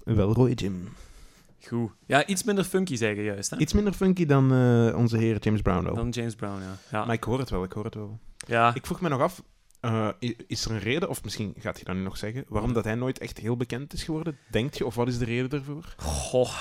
Wel, Roy Jim. Goed. Ja, iets minder funky zeggen juist, hè? Iets minder funky dan onze heer James Brown wel. Dan James Brown, ja. Maar ik hoor het wel. Ja. Ik vroeg me nog af, is er een reden, of misschien gaat je dat nu nog zeggen, waarom dat hij nooit echt heel bekend is geworden? Denk je, of wat is de reden daarvoor? Goh.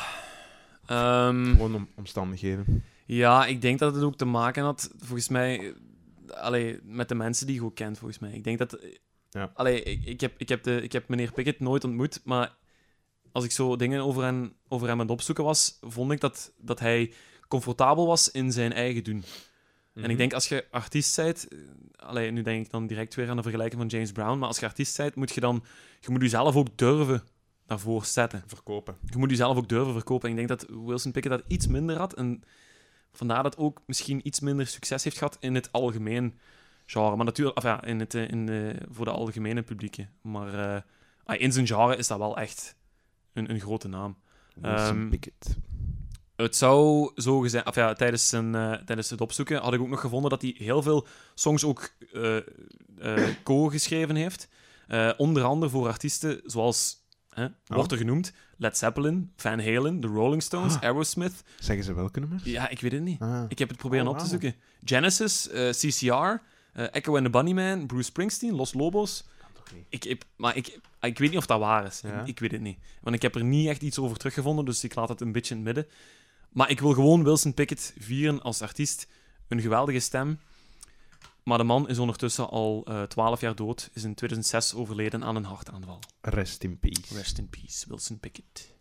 Gewoon omstandigheden. Ja, ik denk dat het ook te maken had, volgens mij, met de mensen die je ook kent, volgens mij. Ik denk dat... Ja. Ik heb meneer Pickett nooit ontmoet, maar als ik zo dingen over hem aan het opzoeken was, vond ik dat hij comfortabel was in zijn eigen doen. En ik denk, als je artiest bent... nu denk ik dan direct weer aan de vergelijking van James Brown, maar als je artiest bent, moet je jezelf ook durven daarvoor zetten. Verkopen. Je moet jezelf ook durven verkopen. En ik denk dat Wilson Pickett dat iets minder had. En vandaar dat ook misschien iets minder succes heeft gehad in het algemeen genre. Maar natuurlijk, voor de algemene publieke. Maar in zijn genre is dat wel echt een grote naam. Wilson Pickett. Het zou zo gezegd... tijdens het opzoeken had ik ook nog gevonden dat hij heel veel songs ook co-geschreven heeft. Onder andere voor artiesten zoals... wordt er genoemd. Led Zeppelin, Van Halen, The Rolling Stones, Aerosmith. Zeggen ze welke nummers? Ja, ik weet het niet. Ah. Ik heb het proberen op te zoeken. Genesis, CCR, Echo and the Bunnymen, Bruce Springsteen, Los Lobos. Ik weet niet of dat waar is. Ja. Ik weet het niet. Want ik heb er niet echt iets over teruggevonden, dus ik laat het een beetje in het midden. Maar ik wil gewoon Wilson Pickett vieren als artiest. Een geweldige stem. Maar de man is ondertussen al 12 jaar dood. Is in 2006 overleden aan een hartaanval. Rest in peace. Rest in peace, Wilson Pickett.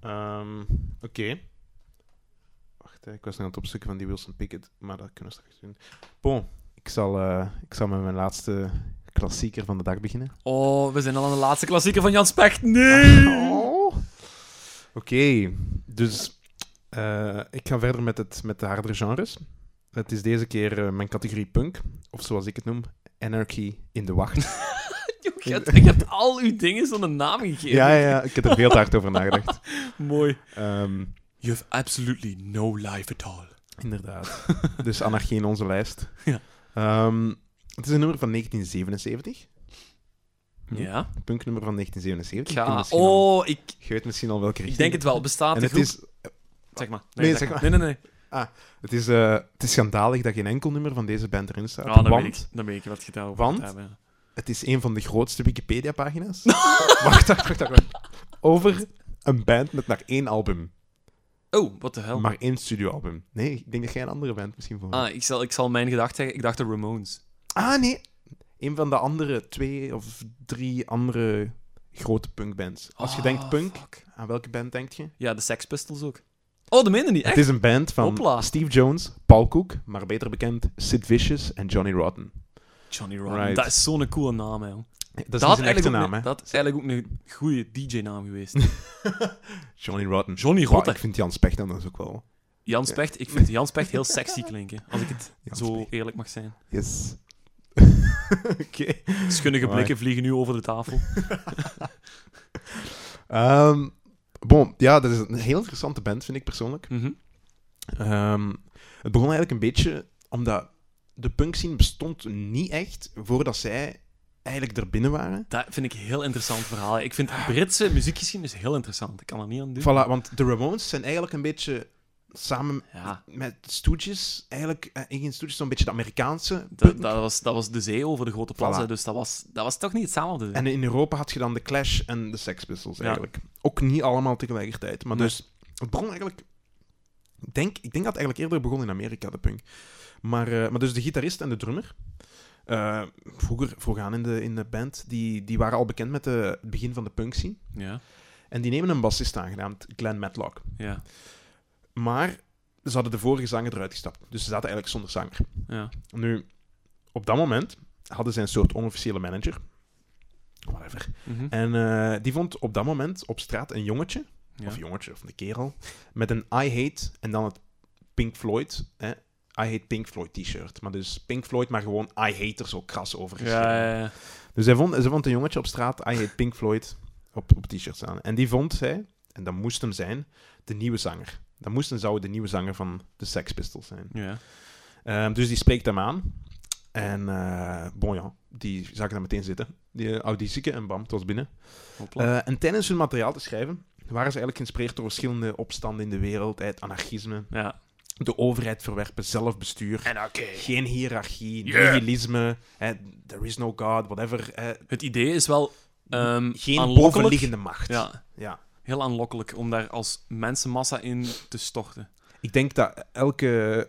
Oké. Wacht, ik was nog aan het opzoeken van die Wilson Pickett, maar dat kunnen we straks doen. Bon, ik zal met mijn laatste klassieker van de dag beginnen. Oh, we zijn al aan de laatste klassieker van Jan Specht. Nee! Oh. Oké, dus ik ga verder met de hardere genres. Het is deze keer mijn categorie punk, of zoals ik het noem, Anarchy in de Wacht. Je hebt al uw dingen zo'n naam gegeven. Ja, ik heb er heel te hard over nagedacht. Mooi. You have absolutely no life at all. Inderdaad. Dus anarchie in onze lijst. Ja. Het is een nummer van 1977. Ja. Punknummer van 1977. Je weet misschien al welke richting. Ik denk het wel. Bestaat en de het groep... is... Zeg maar. Nee, zeg maar. Nee. Het is schandalig dat geen enkel nummer van deze band erin staat. Dan weet ik wat je daarover want gaat hebben. Het is een van de grootste Wikipedia-pagina's. Wacht. Over een band met maar 1 album. Oh, what the hell. Maar 1 studioalbum. Nee, ik denk dat jij een andere band misschien voor. Ik zal mijn gedachte zeggen. Ik dacht de Ramones. Nee. Een van de andere 2 of 3 andere grote punkbands. Als je denkt punk, aan welke band denk je? Ja, de Sex Pistols ook. Oh, dat meen je niet, echt? Het is een band van Hopla. Steve Jones, Paul Cook, maar beter bekend Sid Vicious en Johnny Rotten. Johnny Rotten. Right. Dat is zo'n coole naam, hè. Dat is niet zijn echte naam, hè? Dat is eigenlijk ook een goede DJ-naam geweest. Johnny Rotten. Johnny Rotten. Ik vind Jan Specht dan dus ook wel... Jan Specht, ik vind Jan Specht heel sexy klinken, als ik het Jan zo Specht. eerlijk mag zijn. Yes. Oké. Schunnige blikken vliegen nu over de tafel. Bon, ja, dat is een heel interessante band, vind ik persoonlijk. Mhm. Het begon eigenlijk een beetje omdat de punkscene bestond niet echt voordat zij eigenlijk er binnen waren. Dat vind ik een heel interessant verhaal. Ik vind Britse muziekgeschiedenis heel interessant. Ik kan er niet aan doen. Voilà, want de Ramones zijn eigenlijk een beetje samen met Stooges, eigenlijk geen Stooges, zo'n beetje de Amerikaanse punk. Dat was de zee over de grote plassen, Voilà. dus dat was toch niet hetzelfde. En in Europa had je dan de Clash en de Sex Pistols eigenlijk. Ook niet allemaal tegelijkertijd. Maar dus, het begon eigenlijk... Ik denk dat het eigenlijk eerder begon in Amerika, de punk. Maar dus de gitarist en de drummer, vroeger aan in de band, die waren al bekend met het begin van de punk scene. Ja. En die nemen een bassist aangenaamd, Glenn Matlock. Ja. Maar ze hadden de vorige zanger eruit gestapt. Dus ze zaten eigenlijk zonder zanger. Ja. Nu, op dat moment hadden ze een soort onofficiële manager. Whatever. Mhm. En die vond op dat moment op straat een jongetje, Ja. of een kerel, met een I Hate en dan het Pink Floyd, I Hate Pink Floyd t-shirt. Maar dus Pink Floyd, maar gewoon I Hate er zo kras over geschreven. Ja. Dus ze vond een jongetje op straat I Hate Pink Floyd op t-shirts aan. En die vond zij, en dat moest hem zijn, de nieuwe zanger. Dat zou de nieuwe zanger van de Sex Pistols zijn. Ja. Dus die spreekt hem aan. En die zagen hem meteen zitten. Die auditieke en bam, het was binnen. Hopla. En tijdens hun materiaal te schrijven waren ze eigenlijk geïnspireerd door verschillende opstanden in de wereld. Het anarchisme, Ja. de overheid verwerpen, zelfbestuur, Anarchy. geen hiërarchie, Yeah. nihilisme, there is no God, whatever. Het idee is wel Geen aanlokkelijk. bovenliggende macht. Ja, Ja. heel aanlokkelijk om daar als mensenmassa in te storten. Ik denk dat elke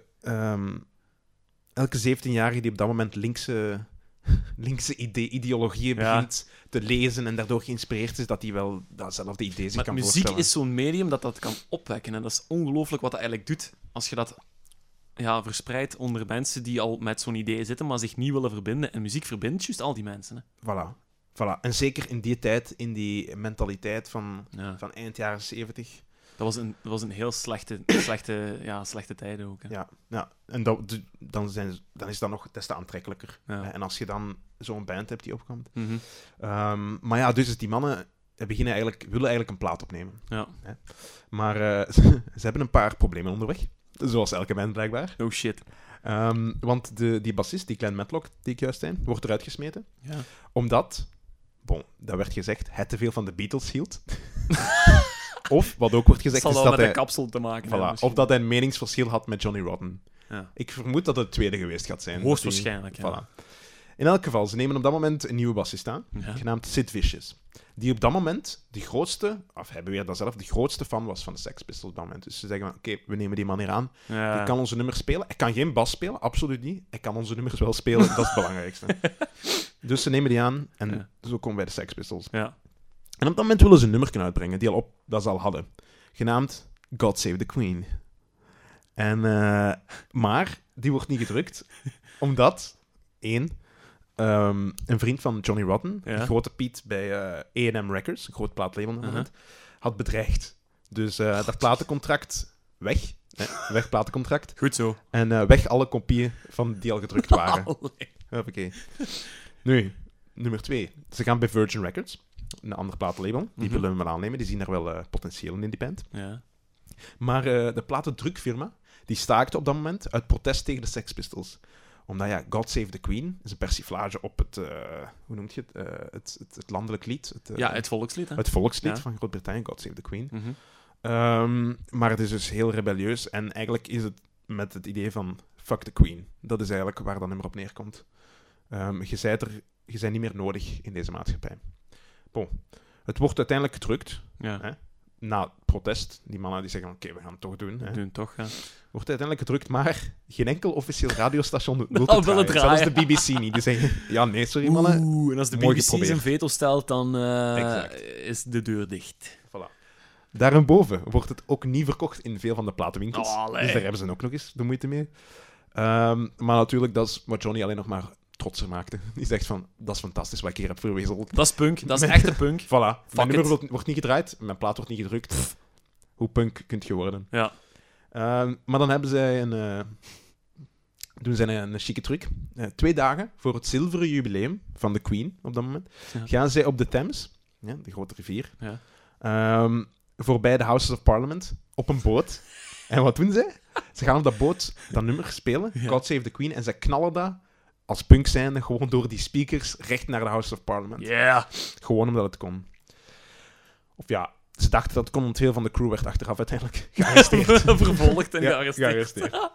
17-jarige die op dat moment linkse ideologieën Ja. begint te lezen en daardoor geïnspireerd is, dat hij wel datzelfde idee zich Maar kan muziek voorstellen. is zo'n medium dat kan opwekken. En dat is ongelooflijk wat dat eigenlijk doet. Als je dat verspreidt onder mensen die al met zo'n idee zitten, maar zich niet willen verbinden. En muziek verbindt juist al die mensen. Hè. Voilà. En zeker in die tijd, in die mentaliteit van eind jaren 70. Dat was een heel slechte tijden ook. Hè. Ja. En dan is dat nog des te aantrekkelijker. Ja. En als je dan zo'n band hebt die opkomt. Mhm. Maar ja, dus die mannen willen eigenlijk een plaat opnemen. Ja. Maar ze hebben een paar problemen onderweg. Zoals elke band, blijkbaar. Oh shit. Want die bassist, die Glenn Matlock, die ik juist zei, wordt eruit gesmeten. Ja. Omdat, dat werd gezegd, hij te veel van de Beatles hield. Of, wat ook wordt gezegd, zal is wel dat met hij... een kapsel te maken Voilà, hebben, misschien. of dat hij een meningsverschil had met Johnny Rotten. Ja. Ik vermoed dat het het tweede geweest gaat zijn. Hoogstwaarschijnlijk, ja. Voilà. In elk geval, ze nemen op dat moment een nieuwe bassist aan, Ja. genaamd Sid Vicious. Die op dat moment de grootste, of hij beweert dat zelf, de grootste fan was van de Sex Pistols op dat moment. Dus ze zeggen van, oké, we nemen die man hier aan. Ja. Hij kan onze nummers spelen. Hij kan geen bas spelen, absoluut niet. Hij kan onze nummers wel spelen, dat is het belangrijkste. Dus ze nemen die aan en zo komen we bij de Sex Pistols. Ja. En op dat moment willen ze een nummer kunnen uitbrengen dat ze al hadden. Genaamd God Save the Queen. Maar die wordt niet gedrukt, omdat een vriend van Johnny Rotten, Ja. de grote Piet bij A&M Records, een groot plaatlabel op dat moment, had bedreigd. Dus dat platencontract weg. Weg platencontract. Goed zo. En weg alle kopieën van die al gedrukt waren. Allee. Hoppakee. Nu, nummer 2. Ze gaan bij Virgin Records, een ander platenlabel. Die willen we wel aannemen. Die zien daar wel potentieel in die band. Ja. Maar de platendrukfirma, die staakte op dat moment uit protest tegen de Sex Pistols. Omdat, God Save the Queen is een persiflage op het... hoe noemt je het? Het landelijk lied. Het volkslied, hè? Het volkslied Ja. van Groot-Brittannië, God Save the Queen. Mhm. Maar het is dus heel rebelieus. En eigenlijk is het met het idee van fuck the Queen. Dat is eigenlijk waar dat nummer op neerkomt. Je bent niet meer nodig in deze maatschappij. Bon. Het wordt uiteindelijk gedrukt. Ja. Hè? Na protest. Die mannen die zeggen, oké, we gaan het toch doen. Hè? Doen toch, ja. Wordt uiteindelijk gedrukt, maar geen enkel officieel radiostation wil Wil het het draaien. draaien. Zelfs de BBC niet. Die zeggen, ja, nee, sorry mannen. Oeh, en als de Mooi BBC geprobeerd. zijn veto stelt, dan Exact. is de deur dicht. Voilà. Daarboven wordt het ook niet verkocht in veel van de platenwinkels. Oh, allee. Dus daar hebben ze ook nog eens de moeite mee. Maar natuurlijk, dat is wat Johnny alleen nog maar trotser maakte. Die zegt van, dat is fantastisch wat ik hier heb verwezenlijkt. Dat is punk, dat is echte punk. Voilà. Mijn Fuck nummer it. wordt niet gedraaid, mijn plaat wordt niet gedrukt. Hoe punk kunt je worden? Ja. Maar dan hebben zij doen zij een chique truc. 2 dagen voor het zilveren jubileum van de Queen, op dat moment, Ja. gaan zij op de Thames, de grote rivier, Ja. voorbij de Houses of Parliament, op een boot. En wat doen zij? Ze gaan op dat boot dat nummer spelen, Ja. God Save the Queen, en zij knallen dat als punk zijnde gewoon door die speakers recht naar de Houses of Parliament. Yeah. Gewoon omdat het kon. Of ja, ze dachten dat het kon, want veel van de crew werd achteraf uiteindelijk gearresteerd. Vervolgd en Ja, gearresteerd.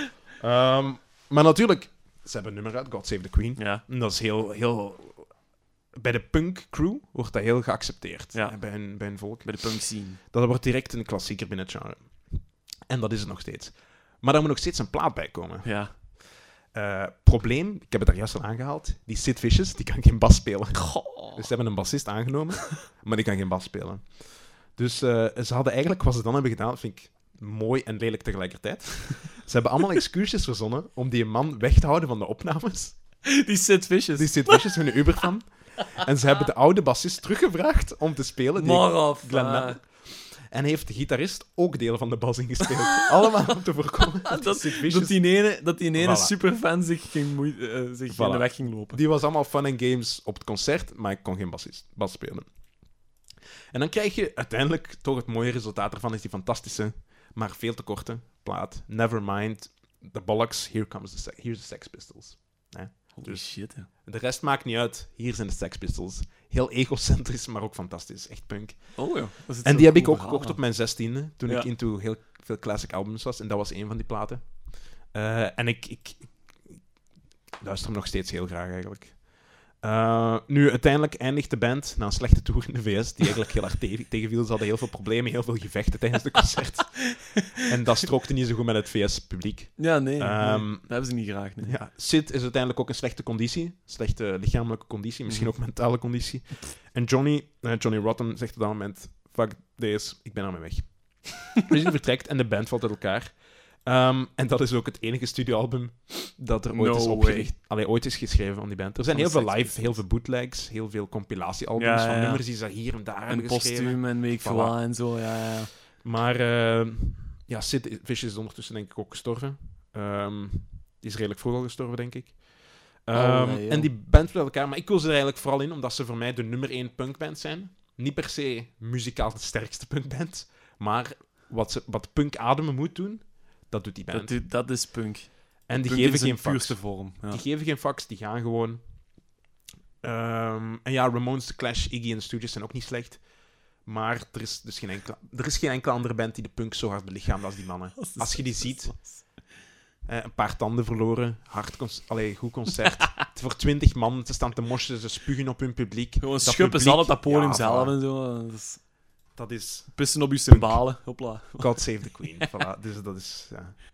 Maar natuurlijk, ze hebben een nummer uit, God Save the Queen. Ja. En dat is heel... Bij de punk crew wordt dat heel geaccepteerd. Ja. Hè, bij hun volk. Bij de punk scene. Dat wordt direct een klassieker binnen het genre. En dat is het nog steeds. Maar daar moet nog steeds een plaat bij komen. Ja. Probleem, ik heb het daar juist al aangehaald, die Sid Vicious, die kan geen bas spelen. Goh. Dus ze hebben een bassist aangenomen, maar die kan geen bas spelen. Dus ze hadden eigenlijk, wat ze dan hebben gedaan, vind ik mooi en lelijk tegelijkertijd. Ze hebben allemaal excuses verzonnen om die man weg te houden van de opnames. Die Sid Vicious. Die Sid Vicious met een Uber van. En ze hebben de oude bassist teruggevraagd om te spelen. Maar af. Glenn Matlock. En heeft de gitarist ook deel van de bas ingespeeld. Allemaal om te voorkomen dat Sid Vicious... dat die ene Voilà. superfan zich in de weg ging lopen. Die was allemaal fun and games op het concert, maar ik kon geen bas spelen. En dan krijg je uiteindelijk toch het mooie resultaat ervan, is die fantastische, maar veel te korte plaat. Nevermind, The Bollocks, Here's the Sex Pistols. Holy Dus- shit, hè. De rest maakt niet uit. Hier zijn de Sex Pistols. heel egocentrisch, maar ook fantastisch. Echt punk. Oh ja. En die heb ik ook gekocht op mijn 16e, toen ik into heel veel classic albums was. En dat was een van die platen. En ik luister hem nog steeds heel graag, eigenlijk. Nu, uiteindelijk eindigt de band na een slechte tour in de VS, die eigenlijk heel hard tegenviel. Ze hadden heel veel problemen, heel veel gevechten tijdens de concert. En dat strookte niet zo goed met het VS-publiek. Ja, nee. Dat hebben ze niet graag. Nee. Ja, Sid is uiteindelijk ook in slechte conditie. Slechte lichamelijke conditie, misschien ook mentale conditie. En Johnny Rotten zegt op dat moment, fuck this, ik ben aan mijn weg. Dus hij vertrekt en de band valt uit elkaar. En dat is ook het enige studioalbum dat er ooit is geschreven van die band. Er zijn heel veel live, heel veel bootlegs, heel veel compilatiealbums van nummers die ze hier en daar hebben geschreven. En postuum en Make For en zo, ja. Maar Sid Vicious is ondertussen denk ik ook gestorven. Die is redelijk vroeg al gestorven, denk ik. En die band valt uit elkaar, maar ik koos er eigenlijk vooral in omdat ze voor mij de nummer 1 punkband zijn. Niet per se muzikaal de sterkste punkband, maar wat punk ademen moet doen, dat doet die band. Dat is punk. En die geven geen fucks. Vorm. Ja. Die geven geen fucks, die gaan gewoon. En ja, Ramones, The Clash, Iggy en de Stooges zijn ook niet slecht. Maar er is dus geen enkele andere band die de punk zo hard belichaamt als die mannen. Als je die ziet, een paar tanden verloren, goed concert. Voor 20 man, ze staan te moshen, ze spugen op hun publiek. Gewoon schuppen ze al op dat podium zelf en zo. Dat is... Pissen op je cymbalen. Hopla. God save the Queen. Voilà. Dus dat is... Ja.